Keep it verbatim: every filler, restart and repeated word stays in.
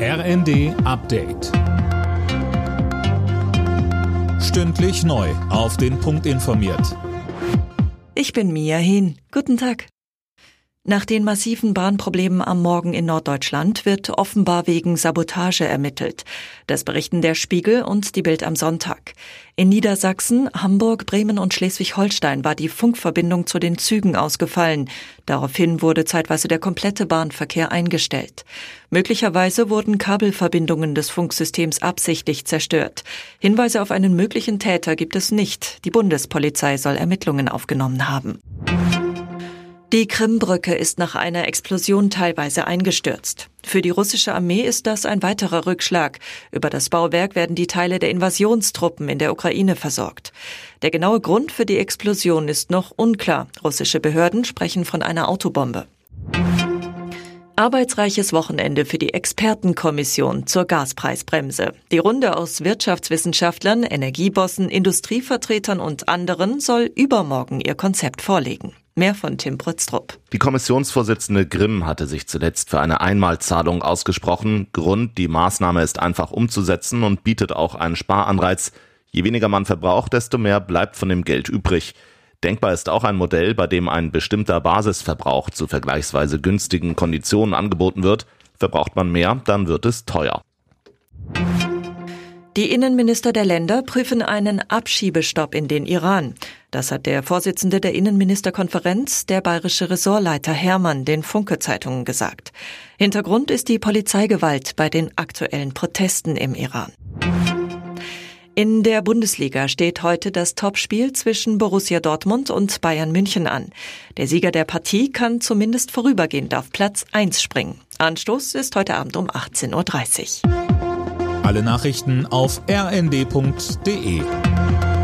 R N D Update. Stündlich neu auf den Punkt informiert. Ich bin Mia Hin. Guten Tag. Nach den massiven Bahnproblemen am Morgen in Norddeutschland wird offenbar wegen Sabotage ermittelt. Das berichten der Spiegel und die Bild am Sonntag. In Niedersachsen, Hamburg, Bremen und Schleswig-Holstein war die Funkverbindung zu den Zügen ausgefallen. Daraufhin wurde zeitweise der komplette Bahnverkehr eingestellt. Möglicherweise wurden Kabelverbindungen des Funksystems absichtlich zerstört. Hinweise auf einen möglichen Täter gibt es nicht. Die Bundespolizei soll Ermittlungen aufgenommen haben. Die Krimbrücke ist nach einer Explosion teilweise eingestürzt. Für die russische Armee ist das ein weiterer Rückschlag. Über das Bauwerk werden die Teile der Invasionstruppen in der Ukraine versorgt. Der genaue Grund für die Explosion ist noch unklar. Russische Behörden sprechen von einer Autobombe. Arbeitsreiches Wochenende für die Expertenkommission zur Gaspreisbremse. Die Runde aus Wirtschaftswissenschaftlern, Energiebossen, Industrievertretern und anderen soll übermorgen ihr Konzept vorlegen. Mehr von Tim Brütztrup. Die Kommissionsvorsitzende Grimm hatte sich zuletzt für eine Einmalzahlung ausgesprochen. Grund, die Maßnahme ist einfach umzusetzen und bietet auch einen Sparanreiz. Je weniger man verbraucht, desto mehr bleibt von dem Geld übrig. Denkbar ist auch ein Modell, bei dem ein bestimmter Basisverbrauch zu vergleichsweise günstigen Konditionen angeboten wird. Verbraucht man mehr, dann wird es teuer. Die Innenminister der Länder prüfen einen Abschiebestopp in den Iran. Das hat der Vorsitzende der Innenministerkonferenz, der bayerische Ressortleiter Hermann, den Funke-Zeitungen gesagt. Hintergrund ist die Polizeigewalt bei den aktuellen Protesten im Iran. In der Bundesliga steht heute das Topspiel zwischen Borussia Dortmund und Bayern München an. Der Sieger der Partie kann zumindest vorübergehend auf Platz eins springen. Anstoß ist heute Abend um achtzehn Uhr dreißig. Alle Nachrichten auf r n d punkt d e.